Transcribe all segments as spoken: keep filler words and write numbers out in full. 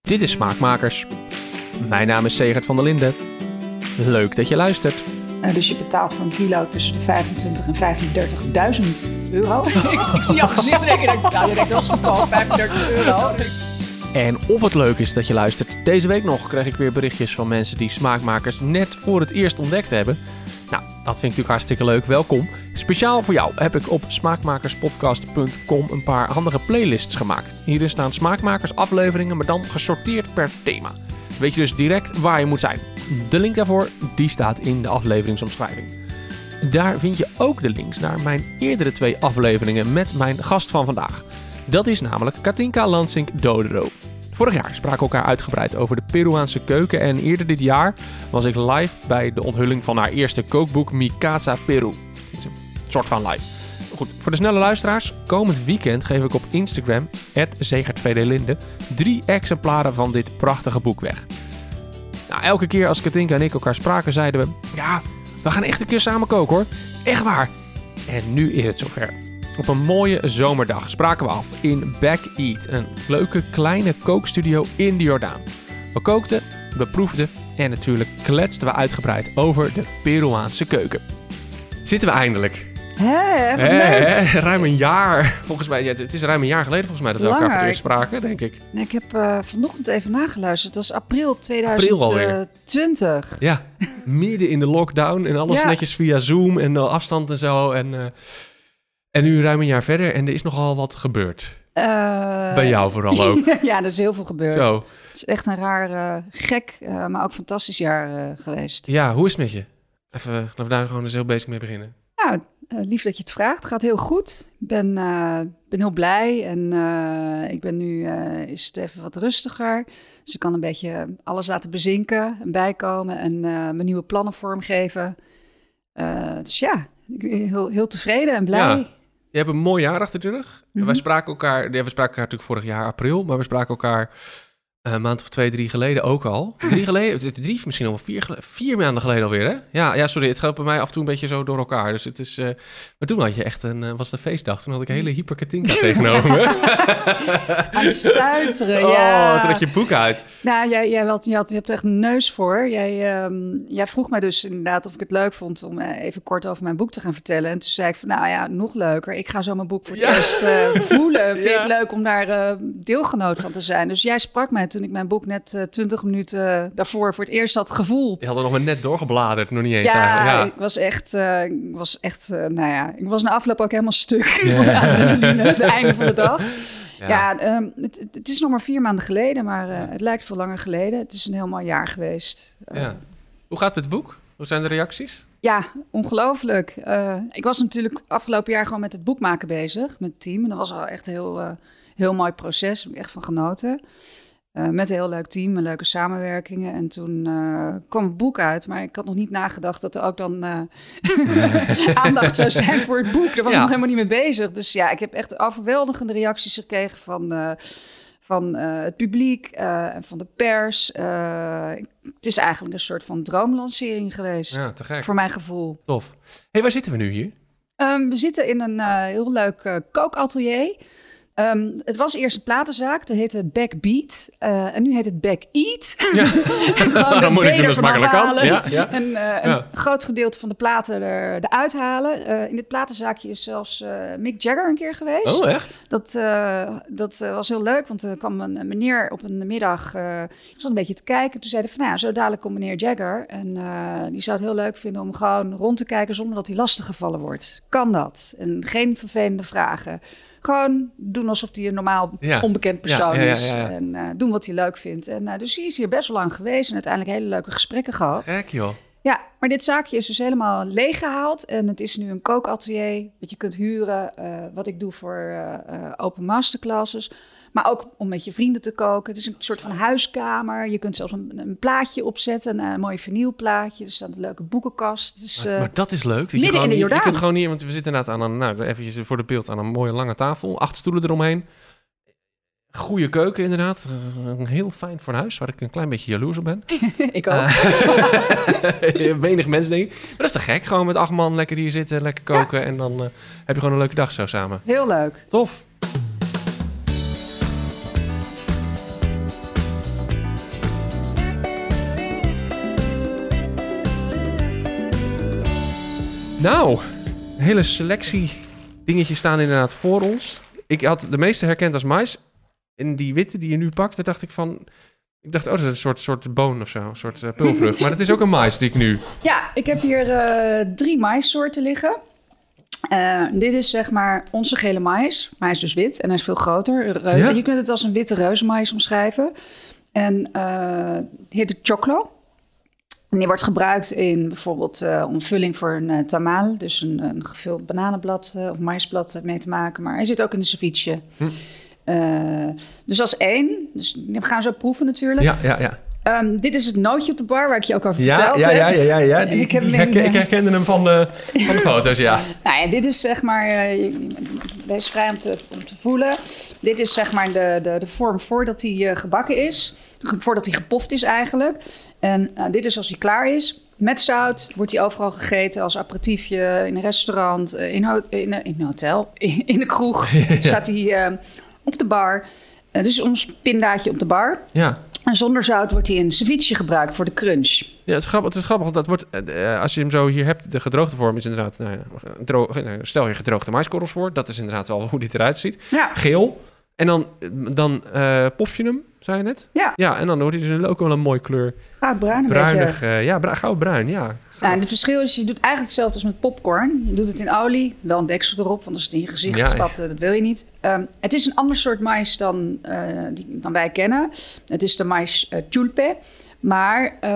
Dit is Smaakmakers. Mijn naam is Segert van der Linden. Leuk dat je luistert. Uh, dus je betaalt voor een kilo tussen de vijfentwintig en vijfendertigduizend euro. ik, ik zie jouw gezicht en ik denk, nou, je denkt dat is goedkoop, vijfendertig euro. En of het leuk is dat je luistert. Deze week nog kreeg ik weer berichtjes van mensen die Smaakmakers net voor het eerst ontdekt hebben. Nou, dat vind ik natuurlijk hartstikke leuk. Welkom. Speciaal voor jou heb ik op smaakmakerspodcast punt com een paar handige playlists gemaakt. Hierin staan Smaakmakers afleveringen, maar dan gesorteerd per thema. Weet je dus direct waar je moet zijn. De link daarvoor, die staat in de afleveringsomschrijving. Daar vind je ook de links naar mijn eerdere twee afleveringen met mijn gast van vandaag. Dat is namelijk Katinka Lansink-Dodero. Vorig jaar spraken we elkaar uitgebreid over de Peruaanse keuken en eerder dit jaar was ik live bij de onthulling van haar eerste kookboek Mi Casa Peru. Het is een soort van live. Goed, voor de snelle luisteraars, komend weekend geef ik op Instagram, at segertvdlinde, drie exemplaren van dit prachtige boek weg. Nou, elke keer als Katinka en ik elkaar spraken zeiden we, ja, we gaan echt een keer samen koken hoor. Echt waar. En nu is het zover. Op een mooie zomerdag spraken we af in Back Eat, een leuke kleine kookstudio in de Jordaan. We kookten, we proefden en natuurlijk kletsten we uitgebreid over de Peruaanse keuken. Zitten we eindelijk. Hé, wat Hé, leuk. hé, ruim een jaar. Volgens mij, ja, het is ruim een jaar geleden volgens mij dat we elkaar voor het Langer. eerst spraken, denk ik. Nee, ik heb uh, vanochtend even nageluisterd. Dat was april April tweeduizend twintig. Ja, midden in de lockdown en alles Ja. netjes via Zoom en uh, afstand en zo. En, uh, en nu ruim een jaar verder en er is nogal wat gebeurd. Uh, Bij jou vooral ook. Ja, er is heel veel gebeurd. Zo. Het is echt een raar, uh, gek, uh, maar ook fantastisch jaar uh, geweest. Ja, hoe is het met je? Even, laten we daar gewoon eens heel bezig mee beginnen. Nou, uh, lief dat je het vraagt. Het gaat heel goed. Ik ben, uh, ben heel blij en uh, ik ben nu, uh, is het even wat rustiger. Dus ik kan een beetje alles laten bezinken en bijkomen en uh, mijn nieuwe plannen vormgeven. Uh, dus ja, ik ben heel, heel tevreden en blij. Ja. Je hebt een mooi jaar achter de rug. Mm-hmm. Wij spraken elkaar, ja, we spraken elkaar natuurlijk vorig jaar april, maar we spraken elkaar een maand of twee, drie geleden ook al. Drie geleden, drie, misschien al wel vier, gele- vier maanden geleden alweer, hè? Ja, ja, sorry, het gaat bij mij af en toe een beetje zo door elkaar. Dus het is, uh, maar toen had je echt een, uh, was het een feestdag. Toen had ik een hele hyper Katinka tegenover me. Aan het stuiteren, Oh, ja. toen had je boek uit. Nou, jij, jij had, je, had, je hebt er echt een neus voor. Jij, um, jij vroeg mij dus inderdaad of ik het leuk vond om uh, even kort over mijn boek te gaan vertellen. En toen zei ik van, nou ja, nog leuker. Ik ga zo mijn boek voor het Ja. eerst uh, voelen. Vind Ja. ik leuk om daar uh, deelgenoot van te zijn. Dus jij sprak mij toen ik mijn boek net uh, twintig minuten daarvoor voor het eerst had gevoeld. Je had er nog maar net doorgebladerd, nog niet eens Ja, eigenlijk. Ja, ik was echt, uh, ik was echt, uh, nou ja, ik was na afloop ook helemaal stuk Ja. van de adrenaline, het einde van de dag. ja. Ja, um, het, het is nog maar vier maanden geleden, maar uh, het lijkt veel langer geleden. Het is een heel mooi jaar geweest. Uh, Ja. Hoe gaat het met het boek? Hoe zijn de reacties? ja, ongelooflijk. Uh, ik was natuurlijk afgelopen jaar gewoon met het boek maken bezig, met het team. En dat was al echt een heel, uh, heel mooi proces. Daar heb ik echt van genoten. Uh, met een heel leuk team en leuke samenwerkingen. En toen uh, kwam het boek uit, maar ik had nog niet nagedacht dat er ook dan uh, aandacht zou zijn voor het boek. Daar was Ja. ik nog helemaal niet mee bezig. Dus ja, ik heb echt overweldigende reacties gekregen van, uh, van uh, het publiek uh, en van de pers. Uh, het is eigenlijk een soort van droomlancering geweest, Ja, te gek. voor mijn gevoel. Tof. Hé, hey, waar zitten we nu hier? Um, we zitten in een uh, heel leuk uh, kookatelier. Um, het was eerst een platenzaak, dat heette Backbeat. Uh, en nu heet het Back Eat. Ja. Gewoon Dan moet ik de doen als het benen makkelijk ervan kan. afhalen Ja, ja. En uh, Ja. een groot gedeelte van de platen er, eruit halen. Uh, in dit platenzaakje is zelfs uh, Mick Jagger een keer geweest. Oh, echt? Dat, uh, dat uh, was heel leuk, want er kwam een, een meneer op een middag. Uh, ik zat een beetje te kijken. Toen zeiden van, nou ja, zo dadelijk komt meneer Jagger. En uh, die zou het heel leuk vinden om gewoon rond te kijken zonder dat hij lastiggevallen wordt. Kan dat? En geen vervelende vragen. Gewoon doen alsof hij een normaal Ja. onbekend persoon Ja, ja, ja, is. ja, ja. En uh, doen wat hij leuk vindt. En uh, dus hij is hier best wel lang geweest en uiteindelijk hele leuke gesprekken gehad. Gek, joh. Ja, maar dit zaakje is dus helemaal leeggehaald. En het is nu een kookatelier wat je kunt huren. Uh, wat ik doe voor uh, uh, open masterclasses. Maar ook om met je vrienden te koken. Het is een soort van huiskamer. Je kunt zelfs een, een plaatje opzetten. Een, een mooi vinylplaatje. Er staat een leuke boekenkast. Dus, uh, Maar, maar dat is leuk. Dat je, midden gewoon, in de je, je Jordaan. kunt gewoon hier, want we zitten inderdaad aan een, nou, eventjes voor de beeld, aan een mooie lange tafel. Acht stoelen eromheen. Goede keuken inderdaad. Uh, heel fijn voor een huis, waar ik een klein beetje jaloers op ben. ik ook. Uh, weinig mensen denk ik. Maar dat is te gek. Gewoon met acht man lekker hier zitten, lekker koken. Ja. En dan uh, heb je gewoon een leuke dag zo samen. Heel leuk. Tof. Nou, een hele selectie dingetjes staan inderdaad voor ons. Ik had de meeste herkend als mais. En die witte die je nu pakt, daar dacht ik van... Ik dacht, oh, dat is een soort, soort boon of zo. Een soort uh, pulvrucht. Maar dat is ook een mais die ik nu... Ja, ik heb hier uh, drie maissoorten liggen. Uh, dit is zeg maar onze gele mais. Maar hij is dus wit en hij is veel groter. Reu- ja? Je kunt het als een witte reuzenmais omschrijven. En uh, het heet de choclo. En die wordt gebruikt in bijvoorbeeld uh, omvulling voor een uh, tamal. Dus een, een gevuld bananenblad uh, of maisblad mee te maken. Maar hij zit ook in de ceviche. Hm. Uh, dus als één. Dus we gaan zo proeven natuurlijk. Ja, ja, ja. Um, dit is het nootje op de bar waar ik je ook over ja, verteld ja, heb. Ja, ja, ja. ja. Die, ik, heb die herken, ik herkende hem van de, van de foto's, ja. Nou ja, dit is zeg maar... Uh, wees vrij om te, om te voelen. Dit is zeg maar de, de, de vorm voordat hij uh, gebakken is. Voordat hij gepoft is eigenlijk. En uh, dit is als hij klaar is. Met zout wordt hij overal gegeten als aperitiefje. In een restaurant, in, ho- in, in een hotel, in, in de kroeg. Ja. Staat hij uh, op de bar. Uh, dus ons pindaatje op de bar. Ja. En zonder zout wordt hij in ceviche gebruikt voor de crunch. Ja, het is grappig. Het is grappig want dat wordt, uh, als je hem zo hier hebt, de gedroogde vorm is inderdaad... Nou ja, droog, nou, stel je gedroogde maiskorrels voor. Dat is inderdaad wel hoe dit eruit ziet. Ja. Geel. En dan, dan uh, pof je hem, zei je net? Ja. Ja, en dan wordt hij dus ook wel een mooie kleur. Goudbruin een Bruinig, beetje. Uh, ja, bru- goudbruin, ja. Nou, en het verschil is, je doet eigenlijk hetzelfde als met popcorn. Je doet het in olie, wel een deksel erop, want als het in je gezicht ja, spat, ja. dat wil je niet. Um, het is een ander soort mais dan, uh, die, dan wij kennen. Het is de mais uh, chulpe. Maar uh,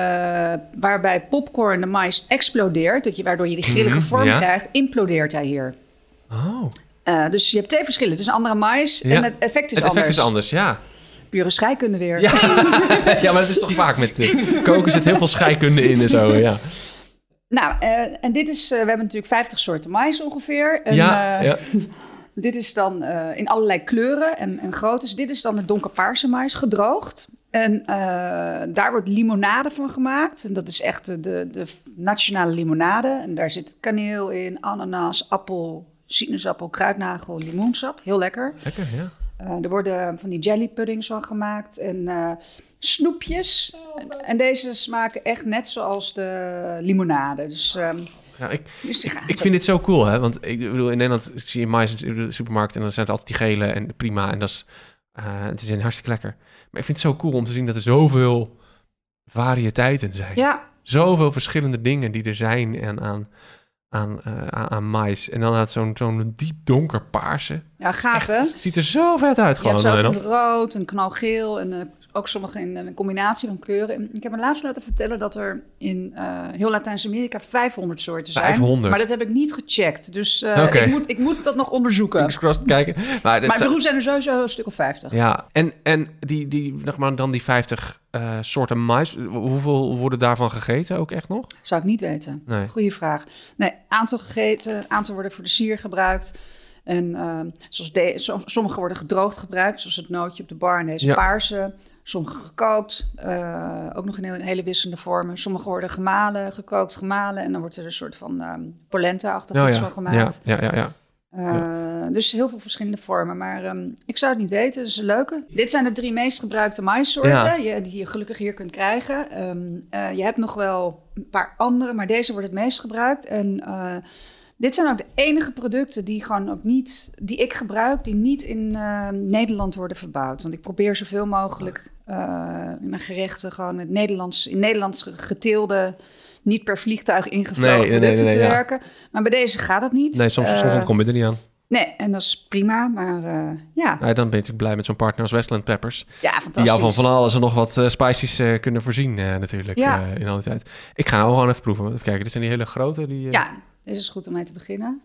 waarbij popcorn de mais explodeert, dat je, waardoor je die grillige mm-hmm, vorm ja. krijgt, implodeert hij hier. Oh. Uh, dus je hebt twee verschillen. Het is een andere mais ja. en het effect is het anders. Het effect is anders, ja. Pure scheikunde weer. Ja, ja maar het is toch vaak met uh, koken zit heel veel scheikunde in en zo, ja. Nou, uh, en dit is... Uh, we hebben natuurlijk vijftig soorten mais ongeveer. En, ja, uh, ja. Dit is dan uh, in allerlei kleuren en, en groottes. Dit is dan de donkerpaarse mais, gedroogd. En uh, daar wordt limonade van gemaakt. En dat is echt de, de, de nationale limonade. En daar zit kaneel in, ananas, appel, sinaasappel, kruidnagel, limoensap. Heel lekker. Lekker, ja. Uh, er worden van die jellypuddings van gemaakt en uh, snoepjes. En, en deze smaken echt net zoals de limonade. Dus, um, ja, ik, dus ik, ik vind dit zo cool, hè? Want ik bedoel, in Nederland zie je mais in de supermarkt en dan zijn het altijd die gele en prima. En dat is, uh, het is hartstikke lekker. Maar ik vind het zo cool om te zien dat er zoveel variëteiten zijn. Ja. Zoveel verschillende dingen die er zijn en aan... Aan, uh, aan, aan mais. En dan had zo'n, zo'n diep donker paarse. Ja, gaaf hè? Het ziet er zo vet uit gewoon. Je hebt zo een rood, een knalgeel en uh, ook sommige in een combinatie van kleuren. Ik heb me laatst laten vertellen dat er in uh, heel Latijns-Amerika vijfhonderd soorten zijn. vijfhonderd? Maar dat heb ik niet gecheckt. Dus uh, okay. ik, moet, ik moet dat nog onderzoeken. Ik scroll kijken. Maar, maar Peru zijn er sowieso een stuk of vijftig. Ja, en, en die, die, zeg maar, dan die vijftig uh, soorten mais. Hoeveel worden daarvan gegeten ook echt nog? Zou ik niet weten. Nee. Goeie vraag. Nee, aantal gegeten, aantal worden voor de sier gebruikt. En uh, zoals de, sommige worden gedroogd gebruikt, zoals het nootje op de bar en deze ja. paarse. Sommige gekookt, uh, ook nog in hele, hele wisselende vormen. Sommige worden gemalen, gekookt, gemalen. En dan wordt er een soort van um, polenta-achtig oh, iets ja. van gemaakt. Ja, ja, ja. ja. Uh, ja. Dus heel veel verschillende vormen. Maar um, ik zou het niet weten, dat is een leuke. Dit zijn de drie meest gebruikte maissoorten ja. die, die je gelukkig hier kunt krijgen. Um, uh, je hebt nog wel een paar andere, maar deze wordt het meest gebruikt. En... Uh, Dit zijn ook de enige producten die gewoon ook niet, die ik gebruik, die niet in uh, Nederland worden verbouwd. Want ik probeer zoveel mogelijk uh, in mijn gerechten gewoon met Nederlands, in Nederlands geteelde, niet per vliegtuig ingevlogen nee, producten nee, nee, nee, te ja. werken. Maar bij deze gaat het niet. Nee, soms, uh, soms kom je er niet aan. Nee, en dat is prima, maar uh, ja. ja. Dan ben je natuurlijk blij met zo'n partner als Westland Peppers. Ja, fantastisch. Die jou van van alles en nog wat uh, spices uh, kunnen voorzien uh, natuurlijk ja. uh, in al die tijd. Ik ga nou gewoon even proeven. Even kijken, dit zijn die hele grote. Die, uh... Ja, deze is goed om mee te beginnen.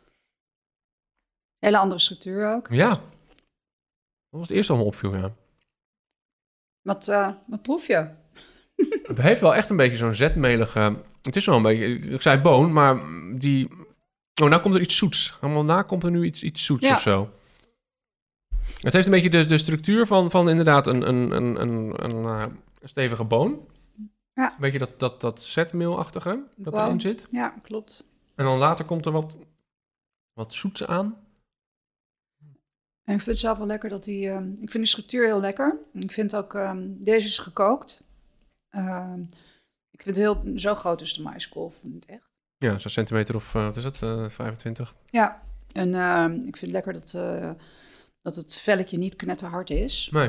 Hele andere structuur ook. Ja, dat was het eerste wat me opviel, ja. Wat, uh, wat proef je? Het heeft wel echt een beetje zo'n zetmelige... Het is wel een beetje... Ik zei boon, maar die... Oh, nou komt er iets zoets. Allemaal na komt er nu iets, iets zoets ja. of zo. Het heeft een beetje de, de structuur van, van inderdaad een, een, een, een, een, uh, een stevige boon. Ja. Een beetje dat, dat, dat zetmeelachtige dat wow. erin zit. Ja, klopt. En dan later komt er wat, wat zoets aan. En ik vind het zelf wel lekker dat die... Uh, ik vind de structuur heel lekker. Ik vind ook... Um, deze is gekookt. Uh, ik vind het heel... Zo groot is de maiskolf, vind ik echt. Ja, zo'n centimeter of, uh, wat is het, uh, vijfentwintig. Ja, en uh, ik vind het lekker dat, uh, dat het velletje niet knetterhard is. Nee.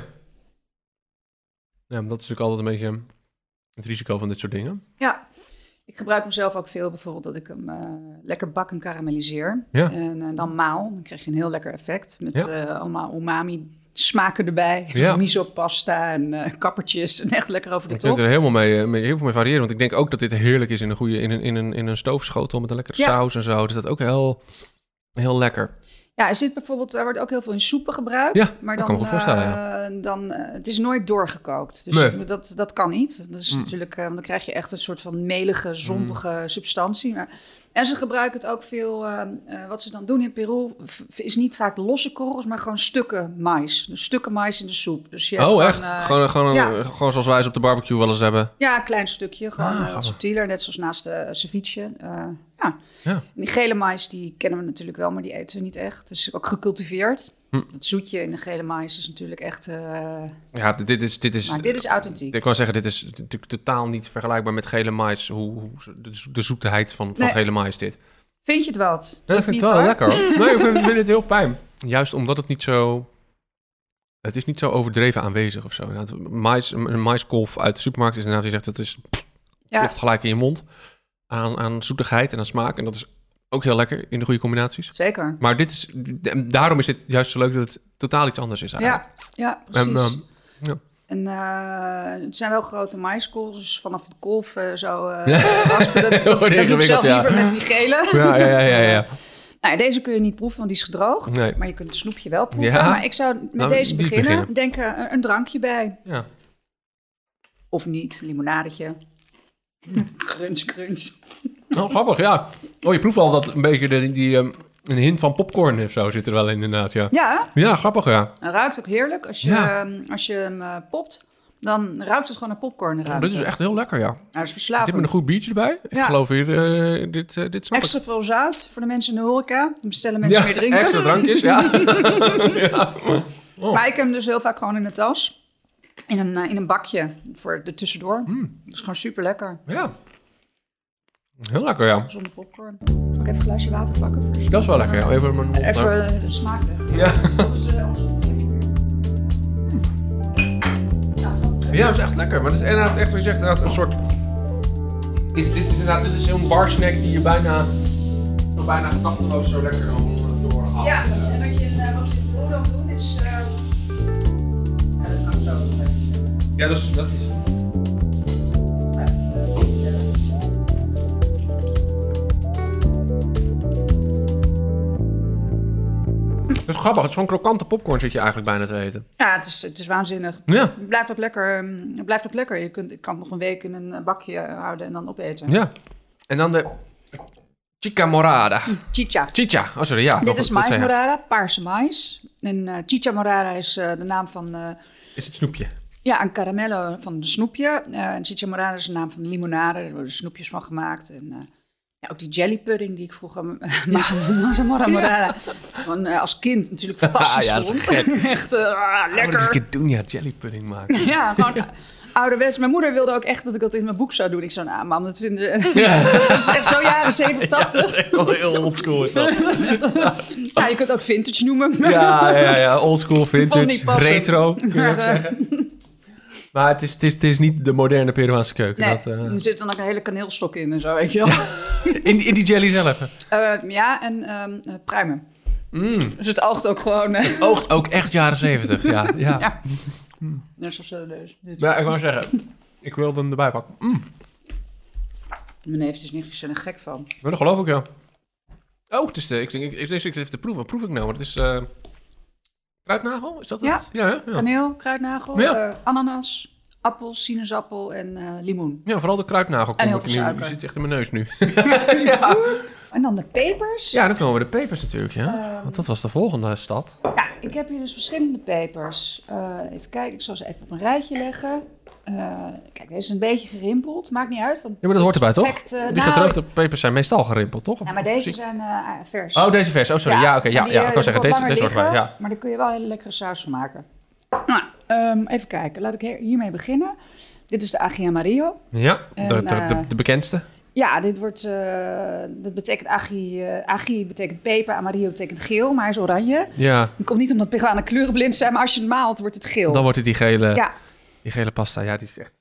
Ja, dat is natuurlijk altijd een beetje het risico van dit soort dingen. Ja, ik gebruik hem zelf ook veel, bijvoorbeeld dat ik hem uh, lekker bak en karamelliseer. Ja. En uh, dan maal, dan krijg je een heel lekker effect met Ja. uh, allemaal umami smaken erbij. Ja. Miso pasta en uh, kappertjes en echt lekker over de Ik top. denk er helemaal mee, mee, heel veel mee variëren. Want ik denk ook dat dit heerlijk is in een goede in een, in een, in een stoofschotel met een lekkere Ja. saus en zo. Dus dat is ook heel, heel lekker. Ja, er zit bijvoorbeeld, er wordt ook heel veel in soepen gebruikt. Ja, maar dat dan, kan ik me voorstellen, ja. uh, dan uh, het is nooit doorgekookt. Dus Nee. dat, dat kan niet. Dat is Mm. natuurlijk, uh, want dan krijg je echt een soort van melige, zompige substantie. Maar, en ze gebruiken het ook veel, uh, uh, wat ze dan doen in Peru, v- is niet vaak losse korrels, maar gewoon stukken mais. Dus stukken mais in de soep. Dus je hebt Oh, gewoon, echt? uh, gewoon, gewoon, ja. gewoon zoals wij ze op de barbecue wel eens hebben. Ja, een klein stukje, gewoon Ah, uh, grappig. wat subtieler, net zoals naast de ceviche. Uh, ja. Ja. En die gele mais, die kennen we natuurlijk wel, maar die eten we niet echt. Dus ook gecultiveerd. Hm. Het zoetje in de gele mais is natuurlijk echt... Uh, Ja, dit is... Dit is maar dit is authentiek. Ik kan zeggen, dit is natuurlijk totaal niet vergelijkbaar met gele mais. Hoe, hoe de, zo- de zoetheid van, van Nee. gele mais dit. Vind je het wat? Ja, dat Of vind ik niet, wel hoor? lekker. Hoor. Nee, ik vind, vind het heel fijn. Juist omdat het niet zo... Het is niet zo overdreven aanwezig of zo. Inderdaad, mais, een maiskolf uit de supermarkt is inderdaad, je zegt, dat is Ja, ploft gelijk in je mond. Aan, aan zoetigheid en aan smaak. En dat is ook heel lekker in de goede combinaties. zeker. Maar dit is, daarom is dit juist zo leuk dat het totaal iets anders is eigenlijk. Ja, ja, precies. En, ehm, ja. En uh, het zijn wel grote maiskolf, dus vanaf de kolf uh, zo uh, raspen. Dat, dat, dat doe ik ingewikkeld, zelf ja. liever met die gele. Ja, ja, ja, ja, ja. Nou, deze kun je niet proeven, want die is gedroogd. Nee. Maar je kunt het snoepje wel proeven. Ja. Maar ik zou met Nou, deze die beginnen. beginnen. Denk er een, een drankje bij. Ja. Of niet, limonadetje. crunch, crunch. Oh, grappig, ja. Oh, je proeft al dat een beetje de, die, um, een hint van popcorn of zo zit er wel in, inderdaad, ja. Ja, Ja, grappig, ja. het ruikt ook heerlijk. Als je, Ja. um, als je hem uh, popt, dan ruikt het gewoon naar popcorn. Oh, dit is echt heel lekker, ja. Nou, dat is Dit verslavend. met een goed biertje erbij. Ik Ja. geloof hier, uh, dit, uh, dit snap Extra veel zout voor de mensen in de horeca. Dan bestellen mensen ik. meer drinken. Extra drankjes, ja. ja. Oh. Maar ik heb hem dus heel vaak gewoon in de tas. In een, uh, in een bakje voor de tussendoor. Mm. Dat is gewoon super lekker. Ja. Heel lekker, ja. Zonder popcorn. Zal ik even een glaasje water pakken? Voor de Dat is wel lekker, ja. Even mijn mond. Even uh, de smaak weg. Ja. Anders, uh, anders Ja, dat is echt lekker. Maar het is inderdaad echt, wat je zegt, inderdaad een soort... Dit, dit is inderdaad, dit is zo'n barsnack die je bijna, nog bijna gedachteloos zo lekker dan doorhaalt. Ja, en wat je, uh, wat je in het brood ook doen is... Uh... Ja, dat is nou zo. Ja, dat is... Dat is... Dat is grappig. Het is gewoon krokante popcorn zit je eigenlijk bijna te eten. Ja, het is, het is waanzinnig. Ja. Het blijft ook lekker. um, Het blijft ook lekker. Je kunt, ik kan het nog een week in een uh, bakje houden en dan opeten. Ja. En dan de chica morada. Chicha. Chicha. Oh, sorry. Ja. Dit nog is goed, dat mais zei je. morada, paarse mais. En uh, chicha morada is uh, de naam van... Uh, Is het snoepje? ja, een caramello van de snoepje. Uh, en chicha morada is de naam van de limonade. Er worden snoepjes van gemaakt. En uh, ja, ook die jelly pudding die ik vroeger... Mazamora morada. Van, uh, als kind natuurlijk fantastisch Ja, dat is vond. gek. Echt uh, ah, Lekker. lekker. een keer doen, ja. Jellypudding maken. Ja, gewoon uh, ouderwets. Mijn moeder wilde ook echt dat ik dat in mijn boek zou doen. Ik zei, nou mam, dat vinden... Ja. dat is echt zo jaren zeventig, Ja, dat tachtig. is echt wel heel oldschool is dat. Ja, je kunt ook vintage noemen. Ja, ja, ja. Oldschool, Vond vintage, niet passen. retro. Kun je Maar, ook uh, zeggen. Maar het is, het, is, het is niet de moderne Peruaanse keuken. Nee, Dat, uh, er zit dan ook een hele kaneelstok in en zo, weet je wel. in, in die jelly zelf. Uh, ja, en um, uh, pruimen. Mm. Dus het oogt ook gewoon... Uh, Oogt ook echt jaren zeventig. Ja, ja. ja. Net zoals uh, deze. Dit. Maar ik wou zeggen, ik wil hem erbij pakken. Mm. Mijn neefjes en nichtjes zijn er gek van. Maar dat geloof ik, ja. Oh, het is de, ik denk, ik, ik, ik zit even te proeven. Wat proef ik nou? Het is uh, kruidnagel, is dat Ja. het? Ja, ja, ja. Kaneel, kruidnagel, Ja. uh, ananas, appel, sinaasappel en uh, limoen. Ja, vooral de kruidnagel. En heel kom ik veel nu. suiker. Die zit echt in mijn neus nu. ja. En dan de pepers. ja, dan komen we de pepers natuurlijk, ja. Um, Want dat was de volgende stap. Ja, ik heb hier dus verschillende pepers. Uh, even kijken, ik zal ze even op een rijtje leggen. Uh, kijk, deze is een beetje gerimpeld. Maakt niet uit. Want Ja, maar dat hoort erbij, toch? perfect, uh, Die nou, gedroogde pepers zijn meestal gerimpeld, toch? Of Ja, maar deze zie ik- zijn uh, vers. Oh, deze vers. Oh, sorry. Ja, oké. en ja, die, ja, uh, ik kan zeggen, wat deze, langer deze hoort erbij. liggen, Ja. Maar daar kun je wel een hele lekkere saus van maken. Nou, um, even kijken. Laat ik hier- hiermee beginnen. Dit is de ají amarillo. Ja, En, de, de, de, uh, de bekendste. Ja, dit wordt, uh, dat betekent agi, uh, agi betekent peper, amarillo betekent geel, maar hij is oranje. Ja. Dat komt niet omdat peruanen kleurenblind zijn, maar als je het maalt, wordt het geel. Dan wordt het die gele, ja. die gele pasta. Ja, die is echt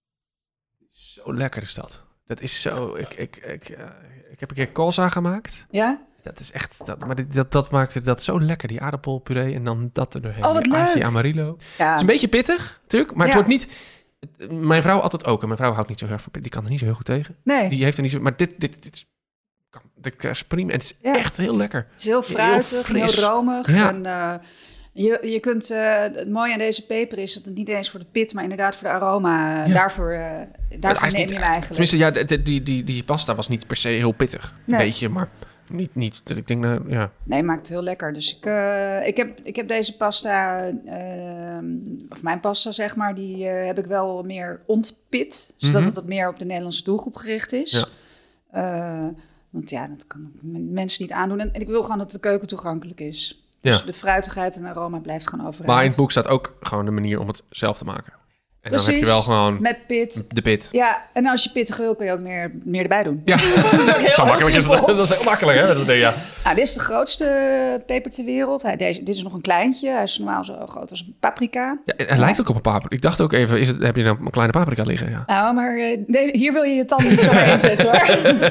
zo lekker is dat. Dat is zo... Ik, ik, ik, uh, ik heb een keer colza gemaakt. Ja? Dat is echt... Dat, maar dit, dat, dat maakt dat zo lekker, die aardappelpuree en dan dat er doorheen. Oh, wat die leuk. agi amarillo. Ja. Het is een beetje pittig, natuurlijk, maar het Ja. wordt niet... Mijn vrouw altijd ook. En mijn vrouw houdt niet zo heel veel... Die kan er niet zo heel goed tegen. Nee. Die heeft er niet zo... Maar dit, dit, dit, dit, dit is prima. En het is Ja. echt heel lekker. Het is heel fruitig, heel, heel romig. Ja. En, uh, je, je kunt, uh, het mooie aan deze peper is dat het niet eens voor de pit, maar inderdaad voor de aroma. Ja. Daarvoor, uh, daarvoor neem niet, je hem eigenlijk. Tenminste, ja, die, die, die, die pasta was niet per se heel pittig. Een Nee. beetje, maar niet... niet dat ik denk, nou, ja... Nee, maakt het heel lekker. Dus ik, uh, ik, heb, ik heb deze pasta, uh, of mijn pasta zeg maar, die uh, heb ik wel meer ontpit. Zodat Mm-hmm. het wat meer op de Nederlandse doelgroep gericht is. Ja. Uh, want ja, dat kan mensen niet aandoen. En, en ik wil gewoon dat de keuken toegankelijk is. Dus Ja. de fruitigheid en aroma blijft gewoon overeind. Maar in het boek staat ook gewoon de manier om het zelf te maken. En Precies, dan heb je wel gewoon met pit. de pit. Ja, en als je pittig wil, kun je ook meer, meer erbij doen. Ja, zo makkelijk is het. Dat is heel makkelijk, hè? Dat is, ja. Nou, dit is de grootste peper ter wereld. Hij, deze, dit is nog een kleintje. Hij is normaal zo groot als een paprika. Ja, hij lijkt ook op een paprika. Ik dacht ook even, is het, heb je nou een kleine paprika liggen? Ja. Nou, maar uh, deze, hier wil je je tanden niet zo mee inzetten, hoor.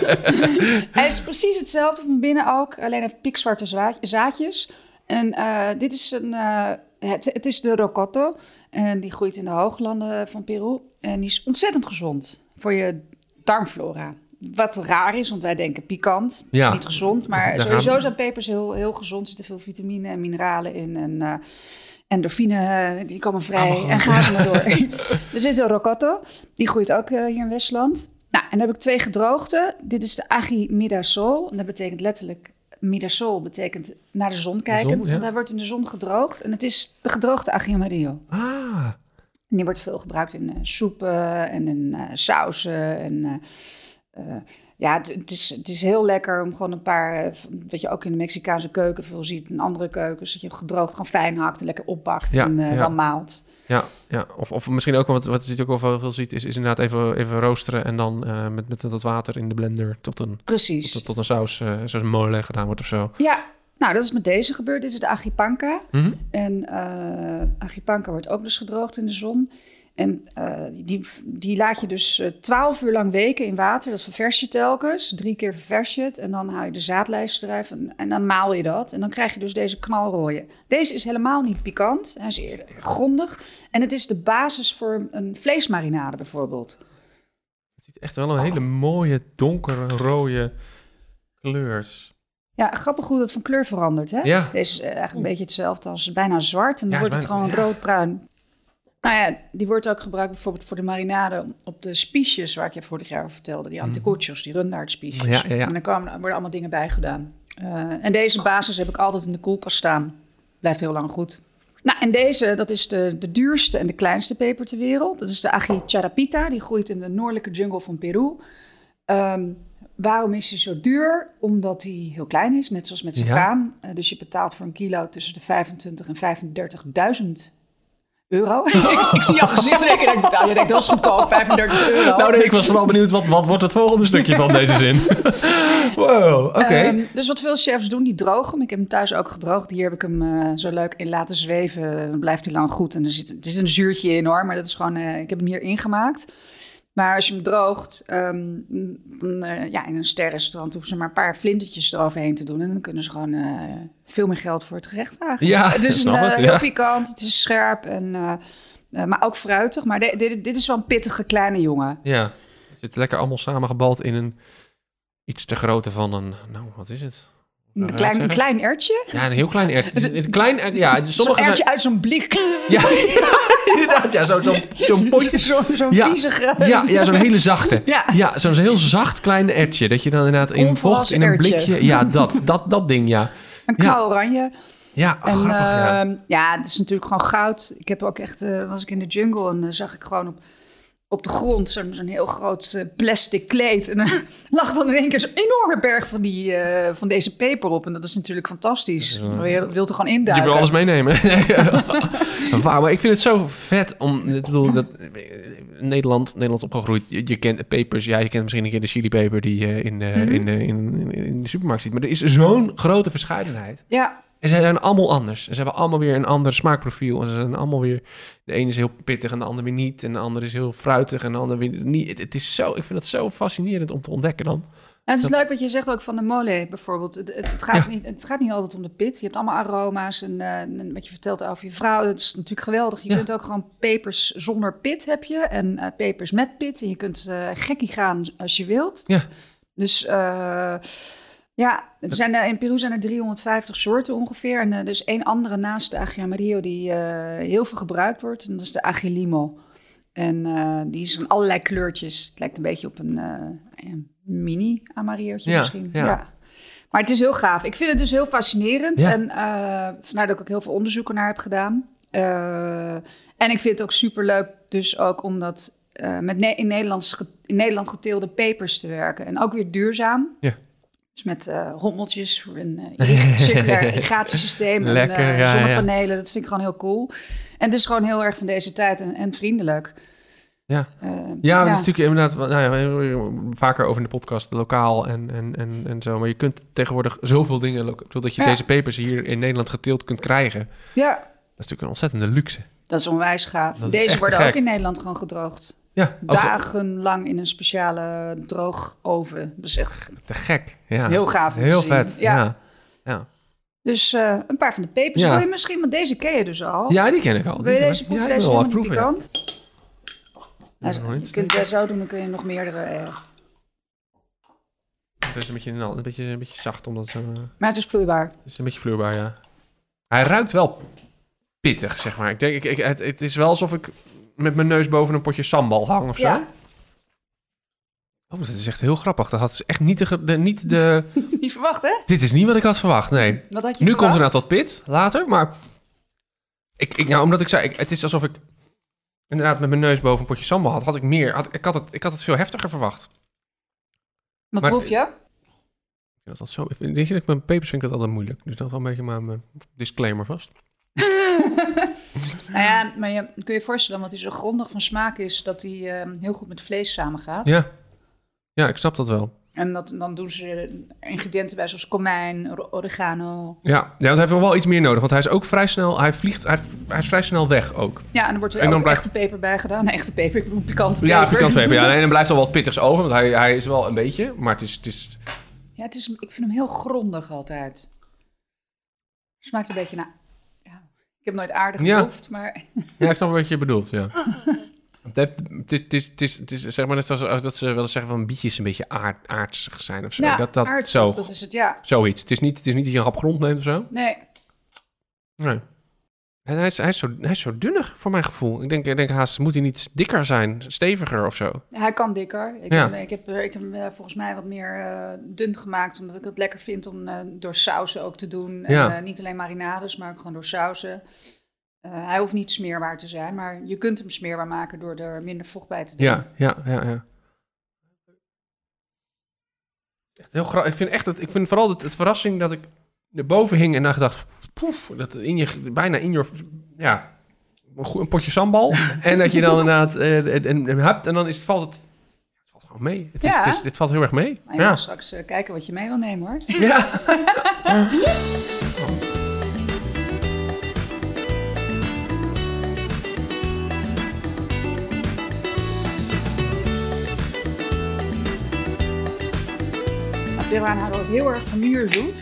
Hij is precies hetzelfde van binnen ook. Alleen heeft pikzwarte za- zaadjes. En uh, dit is een... Uh, het, het is de rocotto. En die groeit in de hooglanden van Peru. En die is ontzettend gezond voor je darmflora. Wat raar is, want wij denken pikant, Ja. niet gezond. Maar Daar sowieso gaan- zijn pepers heel, heel gezond. Er zitten veel vitamine en mineralen in. En uh, endorfine, die komen vrij. Allemaal En goed. gaan ze maar door. Er zit een rocotto. Die groeit ook uh, hier in Westland. Nou, en dan heb ik twee gedroogde. Dit is de agi midasol. En dat betekent letterlijk... Midasol betekent naar de zon kijkend. zon, ja. Want hij wordt in de zon gedroogd. En het is de gedroogde agi amarillo. Ah, En die wordt veel gebruikt in uh, soepen en in uh, sauzen. En, uh, uh, ja, het, het, is, het is heel lekker om gewoon een paar... Uh, wat je ook in de Mexicaanse keuken veel ziet. In andere keukens. Dat je gedroogd gewoon fijn hakt en lekker opbakt. Ja, en uh, ja. dan maalt. ja, ja. Of, of misschien ook, wat, wat je ook wel veel, veel ziet, is, is inderdaad even, even roosteren en dan uh, met, met wat water in de blender tot een, Precies. tot, tot een saus, uh, zoals een mole gedaan wordt of zo. Ja, nou dat is met deze gebeurd. Dit is de agipanca. Mm-hmm. En uh, agipanca wordt ook dus gedroogd in de zon. En uh, die, die laat je dus twaalf uur lang weken in water. Dat ververs je telkens. Drie keer ververs je het. En dan haal je de zaadlijst eruit en, en dan maal je dat. En dan krijg je dus deze knalrooie. Deze is helemaal niet pikant. Hij is eerder grondig. En het is de basis voor een vleesmarinade bijvoorbeeld. Het ziet echt wel een hele mooie, donkere, rode kleur. Ja, grappig hoe dat van kleur verandert. Hè? Ja. Deze is eigenlijk een beetje hetzelfde als bijna zwart. En dan Ja, wordt is het gewoon bijna- ja. roodbruin. Nou ja, die wordt ook gebruikt bijvoorbeeld voor de marinade op de spiesjes, waar ik je vorig jaar over vertelde. Die anticuchos, die rundaardspiesjes. Ja, ja, ja. En dan komen, er worden allemaal dingen bij gedaan. Uh, en deze basis heb ik altijd in de koelkast staan. Blijft heel lang goed. Nou, en deze, dat is de, de duurste en de kleinste peper ter wereld. Dat is de agi charapita. Die groeit in de noordelijke jungle van Peru. Um, waarom is hij zo duur? Omdat hij heel klein is, net zoals met zijn Ja. graan. Uh, dus je betaalt voor een kilo tussen de vijfentwintigduizend en vijfendertigduizend euro. ik, ik zie jouw gezicht en ik denk, nou, je denkt dat is goedkoop, vijfendertig euro. Nou nee, ik was vooral benieuwd, wat, wat wordt het volgende stukje van deze zin? Wow, oké. Okay. Um, dus wat veel chefs doen, die drogen hem. Ik heb hem thuis ook gedroogd. Hier heb ik hem uh, zo leuk in laten zweven. Dan blijft hij lang goed. En er zit, er zit een zuurtje in hoor, maar dat is gewoon, uh, ik heb hem hier ingemaakt. Maar als je hem droogt, um, dan, uh, ja, in een sterrenrestaurant hoeven ze maar een paar flintertjes eroverheen te doen. En dan kunnen ze gewoon uh, veel meer geld voor het gerecht vragen. Ja, het is snap een, uh, het, heel ja. pikant, het is scherp, en, uh, uh, maar ook fruitig. Maar de, dit, dit is wel een pittige kleine jongen. Ja, het zit lekker allemaal samengebald in een iets te grote van een, nou wat is het? Een klein, een klein ertje. Ja, een heel klein ertje. Een klein, ja, Zo'n ertje zijn... uit zo'n blik. Ja, ja inderdaad. Ja, zo'n zo, zo potje. Zo'n zo ja, viezige... Ja, ja zo'n hele zachte. Ja, ja zo'n heel zacht klein ertje. Dat je dan inderdaad in vocht in een ertje. blikje... Ja, dat, dat, dat ding, ja. Een knaloranje. Ja, en, grappig, ja. Uh, ja, het is natuurlijk gewoon goud. Ik heb ook echt... Uh, was ik in de jungle en uh, zag ik gewoon op... op de grond zo'n, zo'n heel groot uh, plastic kleed. En er lag dan in één keer zo'n enorme berg van, die, uh, van deze peper op. En dat is natuurlijk fantastisch. Je wilt er gewoon induiken. Je wil alles meenemen. Wauw, maar ik vind het zo vet om... Ik bedoel, dat, Nederland, Nederland opgegroeid. Je, je kent pepers. Ja, je kent misschien een keer de chilipeper die je in, uh, mm-hmm. in, uh, in, in, in de supermarkt ziet. Maar er is zo'n grote verscheidenheid. Ja. En ze zijn allemaal anders. En ze hebben allemaal weer een ander smaakprofiel. En ze zijn allemaal weer... De ene is heel pittig en de ander weer niet. En de andere is heel fruitig en de ander weer niet. Het, het is zo... Ik vind het zo fascinerend om te ontdekken dan. En het is leuk wat je zegt ook van de mole bijvoorbeeld. Het, het, gaat, ja. niet, het gaat niet altijd om de pit. Je hebt allemaal aroma's en, uh, en wat je vertelt over je vrouw. Dat is natuurlijk geweldig. Je ja. kunt ook gewoon pepers zonder pit heb je. En uh, pepers met pit. En je kunt uh, gekkie gaan als je wilt. Ja. Dus... Uh, Ja, er zijn er, in Peru zijn er driehonderdvijftig soorten ongeveer. En uh, er is één andere naast de Aguiamarillo die uh, heel veel gebruikt wordt. En dat is de Aguilimo. En uh, die is in allerlei kleurtjes. Het lijkt een beetje op een, uh, een mini Amarillootje ja, misschien. Ja. ja. Maar het is heel gaaf. Ik vind het dus heel fascinerend. Ja. En uh, vandaar dat ik ook heel veel onderzoeken naar heb gedaan. Uh, en ik vind het ook superleuk dus ook om dat uh, met ne- in, Nederlands, in Nederland geteelde pepers te werken. En ook weer duurzaam. Ja. Dus met uh, rommeltjes, een uh, circulair irrigatiesysteem en uh, ja, zonnepanelen. Ja. Dat vind ik gewoon heel cool. En het is gewoon heel erg van deze tijd en, en vriendelijk. Ja, uh, ja, dat ja. is natuurlijk inderdaad nou ja, vaker over in de podcast, lokaal en, en, en, en zo. Maar je kunt tegenwoordig zoveel dingen, zodat je ja. deze pepers hier in Nederland geteeld kunt krijgen. Ja. Dat is natuurlijk een ontzettende luxe. Dat is onwijs gaaf. Deze worden ook in Nederland gewoon gedroogd. Ja, dagenlang in een speciale droogoven. Dat is echt te gek. Ja. Heel gaaf. Heel vet. Ja. Ja. ja. Dus uh, een paar van de pepers. Ja. Wil je misschien, want deze ken je dus al. Ja, die ken ik al. Wil je deze proeven? Ja, deze wel is proeven, pikant. Ja. Nou, je kunt het zo doen, dan kun je nog meerdere... Uh... Het is een beetje, nou, een beetje, een beetje zacht, omdat... Uh... Maar het is vloeibaar. Het is een beetje vloeibaar, ja. Hij ruikt wel pittig, zeg maar. Ik denk, ik, ik, het, het is wel alsof ik met mijn neus boven een potje sambal hang of zo. Ja. Oh, dat is echt heel grappig. Dat had dus echt niet de... de, niet, de... niet verwacht, hè? Dit is niet wat ik had verwacht, nee. Wat had je nu verwacht? komt er nou tot pit, later, maar... Ik, ik, nou, omdat ik zei, ik, het is alsof ik inderdaad met mijn neus boven een potje sambal had. Had ik meer... Had, ik, had het, ik had het veel heftiger verwacht. Wat maar, proef je? Ik vind dat zo... Weet je, ik met pepers vind ik dat altijd moeilijk. Dus dat wel een beetje maar mijn disclaimer vast. Nou ja, maar je kun je voorstellen, want hij zo grondig van smaak is, dat hij uh, heel goed met vlees samengaat. Ja. Ja, ik snap dat wel. En dat, dan doen ze ingrediënten bij, zoals komijn, oregano. Ja, ja, want hij heeft wel iets meer nodig, want hij is ook vrij snel, hij vliegt, hij, hij is vrij snel weg ook. Ja, en er wordt er ook blijft... echte peper bij gedaan. Nee, echte peper, ik bedoel pikante peper. Ja, pikante peper, ja. Nee, en er blijft al wat pittigs over, want hij, hij is wel een beetje, maar het is... Het is... Ja, het is, ik vind hem heel grondig altijd. Smaakt een beetje naar... Ja, ik heb nooit aardig geproefd, ja. maar... Ja, ik snap wat je bedoelt, ja. Het, heeft, het, is, het, is, het, is, het is zeg maar net zoals dat ze willen zeggen van bietjes een beetje aard, aardsig zijn of zo. Ja, dat, dat, aardsig, zo, dat is het, ja. Zoiets. Het is, niet, het is niet dat je een hap grond neemt of zo. Nee. Nee. En hij is, hij, is zo, hij is zo dunnig voor mijn gevoel. Ik denk, ik denk haast, moet hij niet dikker zijn, steviger of zo? Hij kan dikker. Ik, ja. heb, ik, heb, ik heb hem volgens mij wat meer uh, dun gemaakt, omdat ik het lekker vind om uh, door sauzen ook te doen. Ja. En, uh, niet alleen marinades, maar ook gewoon door sauzen. Uh, hij hoeft niet smeerbaar te zijn, maar je kunt hem smeerbaar maken door er minder vocht bij te doen. Ja, ja, ja, ja. Echt heel grappig. Ik vind echt het, ik vind vooral het, het verrassing dat ik erboven hing en dan gedacht, poef, dat in je bijna in je, ja, een, goed, een potje sambal en dat je dan inderdaad uh, en, en hebt en dan is het valt het, het valt gewoon mee. Het is, ja. het is, dit valt heel erg mee. Nou, je ja. mag straks uh, kijken wat je mee wil nemen, hoor. Ja. Peruanen houden ook heel erg van muurzoet.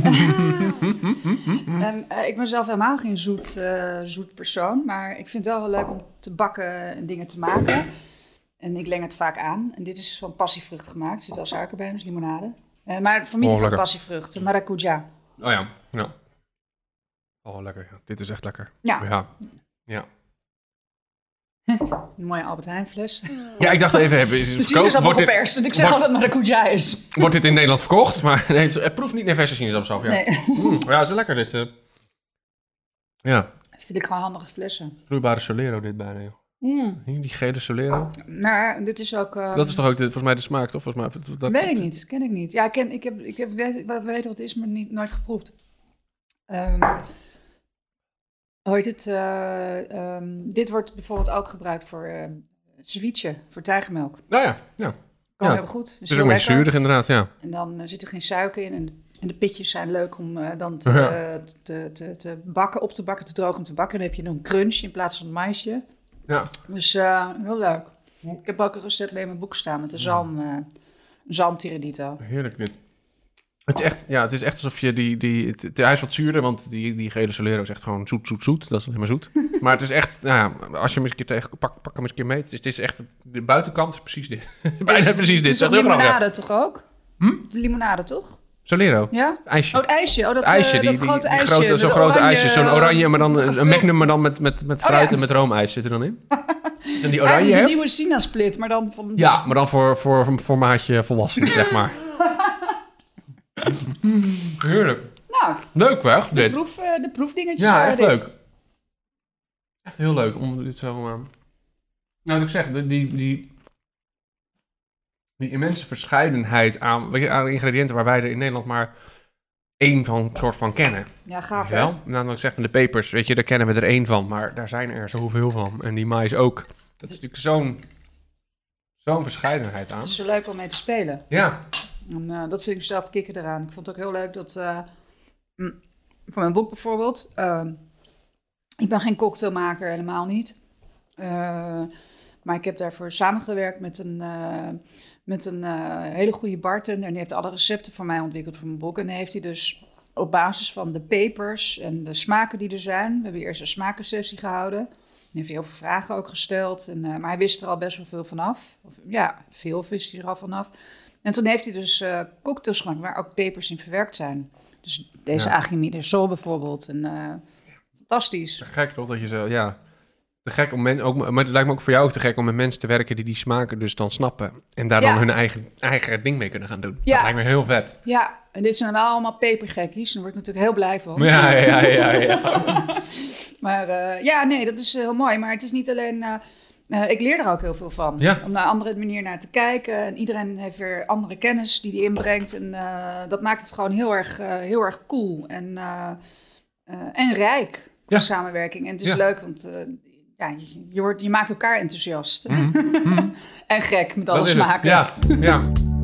En uh, ik ben zelf helemaal geen zoet, uh, zoet persoon. Maar ik vind het wel heel leuk om te bakken en dingen te maken. En ik leng het vaak aan. En dit is van passievrucht gemaakt. Er zit wel suiker bij, dus limonade. Uh, maar familie oh, van passievrucht, maracuja. Oh ja, ja. Oh, lekker. Ja. Dit is echt lekker. Ja. Ja. Ja. Een mooie Albert Heijn fles. Ja, ik dacht even, hebben, is het verkocht? Is wordt geperst, dit, ik zeg altijd maracuja is. Wordt dit in Nederland verkocht? Maar nee, het proeft niet naar verse sinaasappelsap. Ja. Nee. Mm, ja, het is lekker dit. Uh. Ja. Dat vind ik gewoon handige flessen. Vloeibare Solero dit bijna. Mm. Die gele Solero. Nou, dit is ook... Uh, dat is toch ook de, volgens mij de smaak, toch? Volgens mij, dat, weet ik niet, ken ik niet. Ja, ik, ken, ik heb, ik heb weet, weet wat het is, maar niet, nooit geproefd. Um, Hoe heet het? Uh, um, dit wordt bijvoorbeeld ook gebruikt voor uh, ceviche voor tijgermelk. Nou ja, ja. Kan Ja. heel goed. Dus Het is ook een beetje zuurig inderdaad, ja. En dan uh, zit er geen suiker in. En, en de pitjes zijn leuk om uh, dan te, Ja. uh, te, te, te bakken, op te bakken, te drogen en te bakken. Dan heb je dan een crunch in plaats van een maisje. Ja. Dus uh, heel leuk. Ik heb ook een recept mee in mijn boek staan met de zalm, uh, zalm tiradito. Heerlijk dit. Het is echt, ja, het is echt alsof je die, die het, het, hij is wat zuurder, want die, die gele Solero is echt gewoon zoet, zoet, zoet. Dat is alleen maar zoet. Maar het is echt, nou ja, als je hem eens een keer tegen, pak, pak hem eens een keer mee. Het is, het is echt, de buitenkant is precies dit. Bijna Is- precies Het dit. is Dat toch is heel grappig. limonade toch ook? Hm? De limonade toch? Solero, Ja? ijsje. Oh, het ijsje. Oh, dat, ijsje, uh, die, dat die, grote die ijsje. grote, de zo'n grote oranje, ijsje, zo'n oranje, maar dan een gevuld. magnum, maar dan met, met, met fruit Oh, ja. en met roomijs zit er dan in. En die oranje Eigenlijk de hebt. nieuwe sinasplit, maar dan van... Ja, maar dan voor, voor, voor formaatje volwassenen, zeg maar. Heerlijk. Nou, Leuk weg, de, dit. proef, uh, de proefdingetjes Ja, waren echt dit. leuk. Echt heel leuk om dit zo... Uh... Nou, wat ik zeg, die, die, die, die immense verscheidenheid aan, weet je, aan ingrediënten waar wij er in Nederland maar één van soort van kennen. Ja, gaaf Weet je hè? wel? Nou, wat ik zeg van de pepers, weet je, daar kennen we er één van, maar daar zijn er zoveel van. En die mais ook. Dat is natuurlijk zo'n zo'n verscheidenheid aan. Het is zo leuk om mee te spelen. Ja. En, uh, dat vind ik zelf kicken eraan. Ik vond het ook heel leuk dat... Uh, mm, voor mijn boek bijvoorbeeld... Uh, ik ben geen cocktailmaker, helemaal niet. Uh, maar ik heb daarvoor samengewerkt met een, uh, met een uh, hele goede bartender. En die heeft alle recepten voor mij ontwikkeld voor mijn boek. En dan heeft hij dus op basis van de pepers en de smaken die er zijn... We hebben eerst een smakensessie gehouden. Dan heeft hij heel veel vragen ook gesteld. En, uh, maar hij wist er al best wel veel vanaf. Of, ja, veel wist hij er al vanaf. En toen heeft hij dus uh, cocktails gemaakt waar ook pepers in verwerkt zijn. Dus deze Ja. Agimi de Sol bijvoorbeeld. En, uh, fantastisch. Te gek toch dat je zo, ja. Te gek om mensen, ook, maar het lijkt me ook voor jou ook te gek om met mensen te werken die die smaken dus dan snappen. En daar Ja. dan hun eigen, eigen ding mee kunnen gaan doen. Ja. Dat lijkt me heel vet. Ja, en dit zijn wel allemaal pepergekkies. Daar word ik natuurlijk heel blij van. Ja, ja, ja, ja. Maar uh, ja, nee, dat is uh, heel mooi. Maar het is niet alleen... Uh, uh, ik leer er ook heel veel van. Ja. Om naar een andere manier naar te kijken. En iedereen heeft weer andere kennis die hij inbrengt. En uh, dat maakt het gewoon heel erg, uh, heel erg cool. En, uh, uh, en rijk. Ja. De samenwerking. En het is Ja. leuk, want... Uh, ja, je, je, wordt, je maakt elkaar enthousiast. Mm. Mm. En gek met alle Dat is het. smaken. Ja, ja.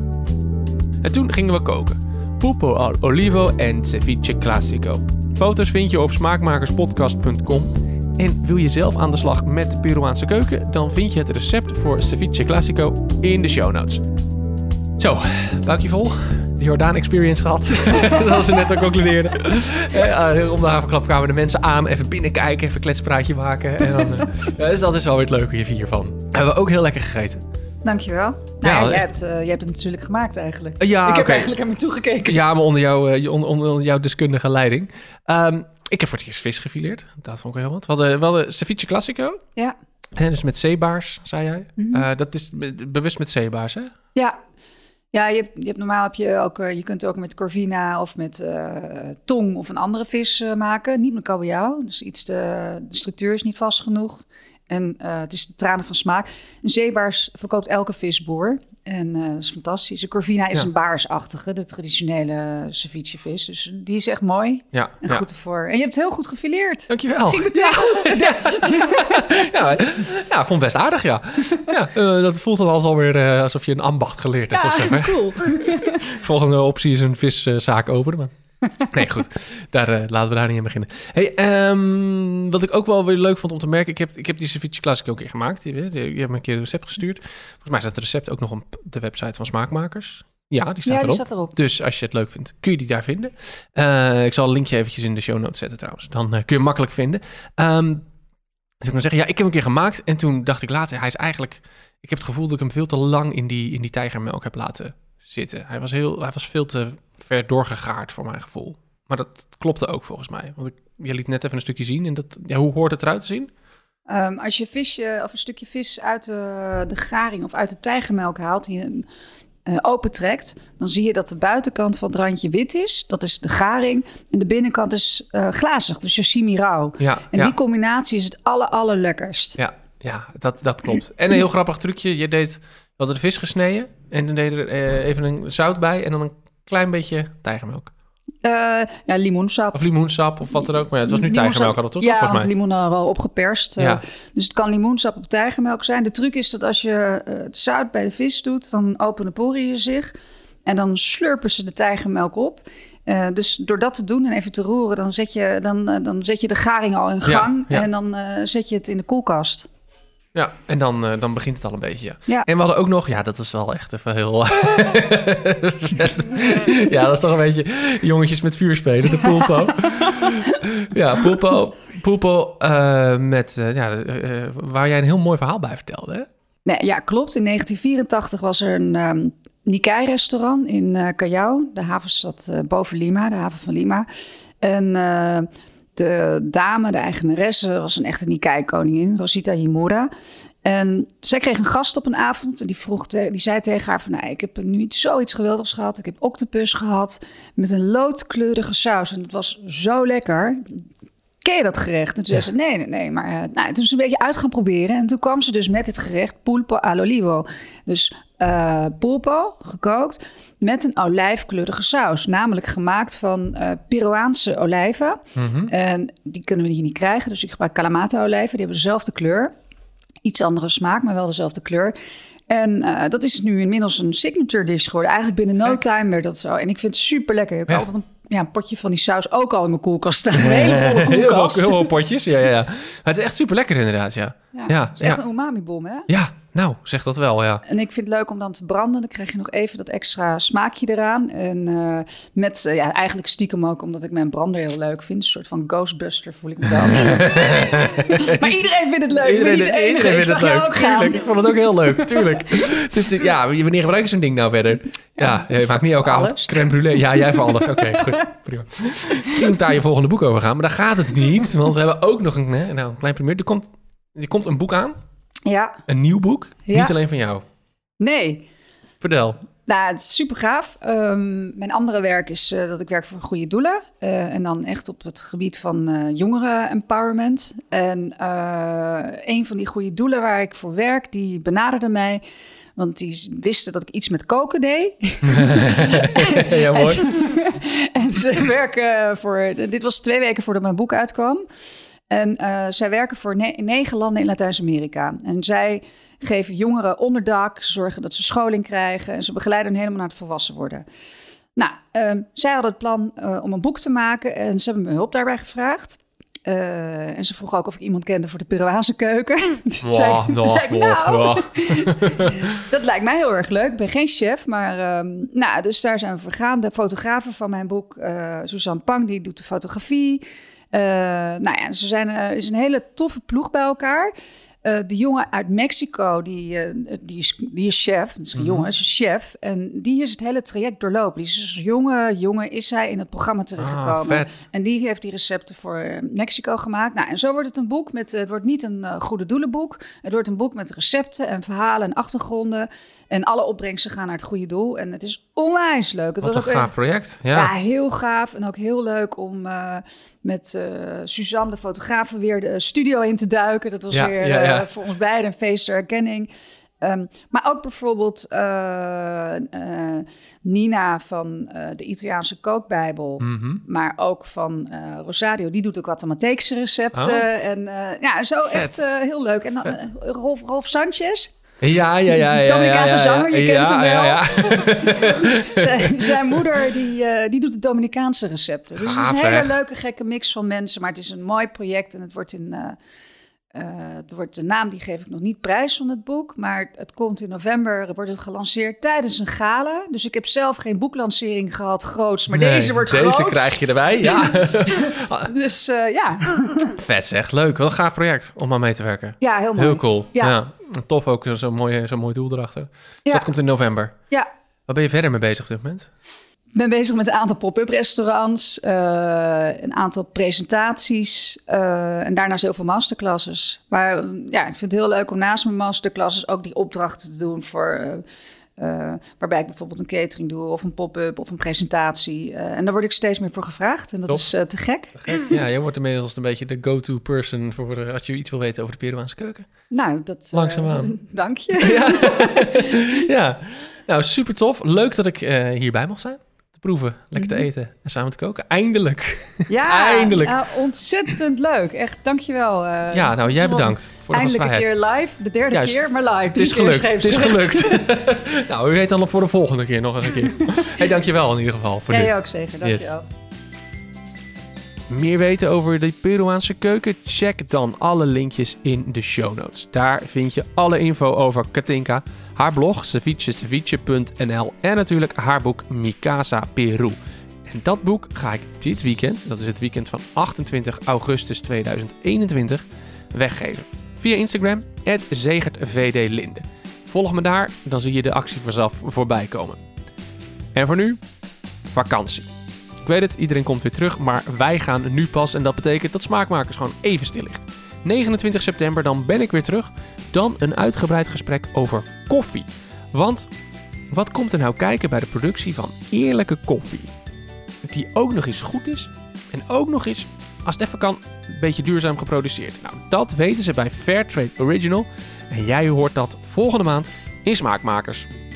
En toen gingen we koken. Pulpo al olivo en ceviche classico. Foto's vind je op smaakmakerspodcast punt com. En wil je zelf aan de slag met de Peruaanse keuken? Dan vind je het recept voor ceviche classico in de show notes. Zo, buikje vol. De Jordaan Experience gehad. Zoals ze net ook concludeerden. Uh, om de havenklap kwamen de mensen aan. Even binnenkijken, even een kletspraatje maken. En dan, uh, dus dat is wel weer het leuke hiervan. Hebben we ook heel lekker gegeten. Dankjewel. Nou, Ja, ja, jij, echt. hebt, uh, jij hebt het natuurlijk gemaakt eigenlijk. Uh, ja, ik heb oké. eigenlijk naar me toegekeken. Ja, maar onder, jou, uh, onder, onder jouw deskundige leiding. Um, ik heb voor het eerst vis gefileerd. Dat vond ik heel wat. We hadden, we hadden ceviche classico. Ja. Hè, dus met zeebaars, zei jij. Mm-hmm. Uh, dat is met- bewust met zeebaars, hè? Ja, ja je, hebt, je hebt normaal heb je ook, uh, je kunt het ook met corvina of met uh, tong of een andere vis uh, maken. Niet met kabeljauw, dus iets te, de structuur is niet vast genoeg. En uh, het is de tranen van smaak. Een zeebaars verkoopt elke visboer. En uh, dat is fantastisch. De corvina is Ja. een baarsachtige, de traditionele cevichevis. Dus die is echt mooi Ja. en ja. goed ervoor. En je hebt het heel goed gefileerd. Dankjewel. Ging meteen goed. ja, ja, ik vond het best aardig, ja. ja uh, dat voelt dan altijd alweer uh, alsof je een ambacht geleerd hebt. Ja, of zo, hè? cool. Volgende optie is een viszaak openen. Maar... Nee, goed. Daar, uh, laten we daar niet aan beginnen. Hey, um, wat ik ook wel weer leuk vond om te merken... Ik heb, ik heb die ceviche classico ook een keer gemaakt. Je, je, je hebt me een keer een recept gestuurd. Volgens mij staat het recept ook nog op de website van Smaakmakers. Ja, die staat Ja, erop. die staat erop. Dus als je het leuk vindt, kun je die daar vinden. Uh, ik zal een linkje eventjes in de show notes zetten trouwens. Dan uh, kun je hem makkelijk vinden. Um, dus ik kan zeggen, ja, ik heb hem een keer gemaakt. En toen dacht ik later, hij is eigenlijk... Ik heb het gevoel dat ik hem veel te lang in die, in die tijgermelk heb laten zitten. Hij was, heel, hij was veel te ver doorgegaard voor mijn gevoel. Maar dat klopte ook volgens mij. Want ik, je liet net even een stukje zien. En dat, ja, hoe hoort het eruit te zien? Um, als je visje of een stukje vis uit de, de garing of uit de tijgermelk haalt en je uh, opentrekt, dan zie je dat de buitenkant van het randje wit is. Dat is de garing. En de binnenkant is uh, glazig, dus sashimi rauw. Ja, en ja. die combinatie is het aller, allerlekkerst. Ja, ja dat, dat klopt. En een heel grappig trucje. Je deed, we hadden de vis gesneden en dan deed er uh, even een zout bij en dan een klein beetje tijgermelk. Uh, ja, limoensap. Of limoensap of wat dan ook. Maar ja, het was nu tijgermelk hadden toch? Ja, volgens want mij. limoen hadden we al opgeperst. Uh, Ja. Dus het kan limoensap op tijgermelk zijn. De truc is dat als je uh, het zout bij de vis doet, dan openen poriën zich. En dan slurpen ze de tijgermelk op. Uh, dus door dat te doen en even te roeren, dan zet je, dan, uh, dan zet je de garing al in gang. Ja, ja. En dan uh, zet je het in de koelkast. Ja, en dan, uh, dan begint het al een beetje. Ja. Ja. En we hadden ook nog, ja, dat was wel echt even heel. Ja, dat is toch een beetje jongetjes met vuur spelen, de pulpo. Ja, pulpo, pulpo uh, met, uh, ja, uh, waar jij een heel mooi verhaal bij vertelde. Hè? Nee, ja, klopt. In negentien vierentachtig was er een um, Nikkei-restaurant in uh, Callao, de havenstad uh, boven Lima, de haven van Lima. En uh, de dame, de eigenaresse, was een echte Nikkei-koningin, Rosita Himura. En zij kreeg een gast op een avond en die, vroeg te, die zei tegen haar van... Nou, ik heb nu iets, zoiets geweldigs gehad. Ik heb octopus gehad met een loodkleurige saus. En het was zo lekker. Ken je dat gerecht? En toen ja. zei ze, nee, nee, nee. Maar uh, nou, toen is ze een beetje uit gaan proberen. En toen kwam ze dus met dit gerecht, pulpo al olivo. Dus uh, pulpo, gekookt, met een olijfkleurige saus. Namelijk gemaakt van uh, Peruaanse olijven. Mm-hmm. En die kunnen we hier niet krijgen. Dus ik gebruik Kalamata-olijven. Die hebben dezelfde kleur. Iets andere smaak, maar wel dezelfde kleur. En uh, dat is nu inmiddels een signature dish geworden. Eigenlijk binnen no time werd dat zo. En ik vind het super lekker. Ik heb Ja. altijd een, ja, een potje van die saus ook al in mijn koelkast staan. Een hele volle koelkast. Heel, heel veel potjes, ja, ja, ja. Maar het is echt super lekker inderdaad, ja. Ja, Ja, het is echt ja. een umami-bom, hè? Ja, nou, zeg dat wel, ja. En ik vind het leuk om dan te branden. Dan krijg je nog even dat extra smaakje eraan. En uh, met, uh, ja, eigenlijk stiekem ook omdat ik mijn brander heel leuk vind. Een soort van Ghostbuster voel ik me dan. Maar iedereen vindt het leuk. Iedereen, ik ben niet de enige. iedereen Ik vindt het zag jou leuk. ook gaan. Tuurlijk, ik vond het ook heel leuk, tuurlijk. Dus, ja, wanneer gebruik je zo'n ding nou verder? Ja, ja je maakt niet elke avond alles. crème brûlée. Ja, jij voor alles. Oké, okay, goed. Prima. Misschien moet daar je volgende boek over gaan, maar daar gaat het niet. Want we hebben ook nog een, nou, een klein primeur. Er komt, er komt een boek aan. Ja. Een nieuw boek. Ja. Niet alleen van jou. Nee. Vertel. Nou, het is super gaaf. Um, mijn andere werk is uh, dat ik werk voor goede doelen. Uh, en dan echt op het gebied van uh, jongeren empowerment. En uh, een van die goede doelen waar ik voor werk, die benaderde mij. Want die wisten dat ik iets met koken deed. Ja, mooi. En ze, en ze werken voor... Dit was twee weken voordat mijn boek uitkwam. En uh, zij werken voor ne- negen landen in Latijns-Amerika. En zij geven jongeren onderdak, ze zorgen dat ze scholing krijgen en ze begeleiden hen helemaal naar het volwassen worden. Nou, uh, zij hadden het plan uh, om een boek te maken en ze hebben me hulp daarbij gevraagd. Uh, en ze vroeg ook of ik iemand kende voor de Peruaanse keuken. Toen zei, Wow, toen wow, zei ik, nou, wow. dat lijkt mij heel erg leuk. Ik ben geen chef, maar um, nou, dus daar zijn we voor gegaan. De fotografe van mijn boek, uh, Suzanne Pang, die doet de fotografie. Uh, nou ja, ze zijn, er uh, is een hele toffe ploeg bij elkaar. Uh, de jongen uit Mexico, die, uh, die, is, die is chef. Dat is een jongen, is een chef. En die is het hele traject doorlopen. Die is dus jonge, jongen is hij in het programma terechtgekomen. Ah, vet. En die heeft die recepten voor Mexico gemaakt. Nou, en zo wordt het een boek met... Het wordt niet een uh, goede doelenboek. Het wordt een boek met recepten en verhalen en achtergronden. En alle opbrengsten gaan naar het goede doel. En het is onwijs leuk. Het Wat was een ook gaaf echt, project. Ja. ja, heel gaaf. En ook heel leuk om uh, met uh, Suzanne, de fotograaf, weer de studio in te duiken. Dat was Ja, weer ja, ja. Uh, voor ons beiden een feest der erkenning. Um, maar ook bijvoorbeeld uh, uh, Nina van uh, de Italiaanse kookbijbel. Mm-hmm. Maar ook van uh, Rosario. Die doet ook Guatemalteekse recepten. Oh. En uh, ja, zo Vet. echt uh, heel leuk. En dan uh, Rolf, Rolf Sanchez. Ja, ja, ja, ja. Dominicaanse ja, ja, zanger, je ja, kent hem wel. Ja, ja. zijn, zijn moeder, die, uh, die doet de Dominicaanse recepten. Dus Gaaf, het is een hele zeg. leuke, gekke mix van mensen. Maar het is een mooi project en het wordt in... Uh, uh, het wordt de naam, die geef ik nog niet prijs van het boek. Maar het komt in november, wordt het gelanceerd tijdens een gala. Dus ik heb zelf geen boeklancering gehad, groots. Maar Nee, deze wordt deze groots. krijg je erbij, ja. Dus uh, ja. Vet zeg, leuk. Wel een gaaf project om aan mee te werken. Ja, heel mooi. Heel cool. Ja. Ja. Ja. Tof ook, zo'n mooi, zo'n mooi doel erachter. Dus Ja. dat komt in november. Ja. Wat ben je verder mee bezig op dit moment? Ik ben bezig met een aantal pop-up restaurants, uh, een aantal presentaties uh, en daarnaast heel veel masterclasses. Maar uh, ja, ik vind het heel leuk om naast mijn masterclasses ook die opdrachten te doen voor... Uh, Uh, waarbij ik bijvoorbeeld een catering doe of een pop-up of een presentatie. Uh, en daar word ik steeds meer voor gevraagd en dat Top. is uh, te gek. Gek. Ja, jij wordt inmiddels een beetje de go-to person voor uh, als je iets wil weten over de Peruaanse keuken. Nou, dat... Uh, Langzaamaan. Dank je. Ja. Ja, nou super tof. Leuk dat ik uh, hierbij mocht zijn. te proeven, lekker Mm-hmm. te eten en samen te koken. Eindelijk. Ja, Eindelijk. uh, ontzettend leuk. Echt, dankjewel. Uh, Ja, nou jij bedankt voor de Eindelijk een gastvrijheid. keer live. De derde Juist. keer, maar live. Het is gelukt. Het is gelukt. Nou, u weet dan nog voor de volgende keer nog eens een keer. Hey, dankjewel in ieder geval voor nu. Jij ook zeker, dankjewel. Yes. Meer weten over de Peruaanse keuken? Check dan alle linkjes in de show notes. Daar vind je alle info over Katinka, haar blog ceviche ceviche punt n l en natuurlijk haar boek Mi Casa Peru. En dat boek ga ik dit weekend, dat is het weekend van achtentwintig augustus tweeduizend eenentwintig, weggeven. Via Instagram, at zegertvdlinde. Volg me daar, dan zie je de actie vanzelf voorbij komen. En voor nu, vakantie. Ik weet het, iedereen komt weer terug, maar wij gaan nu pas en dat betekent dat Smaakmakers gewoon even stil ligt. negenentwintig september, dan ben ik weer terug. Dan een uitgebreid gesprek over koffie. Want wat komt er nou kijken bij de productie van eerlijke koffie? Die ook nog eens goed is en ook nog eens, als het even kan, een beetje duurzaam geproduceerd. Nou, dat weten ze bij Fairtrade Original en jij hoort dat volgende maand in Smaakmakers.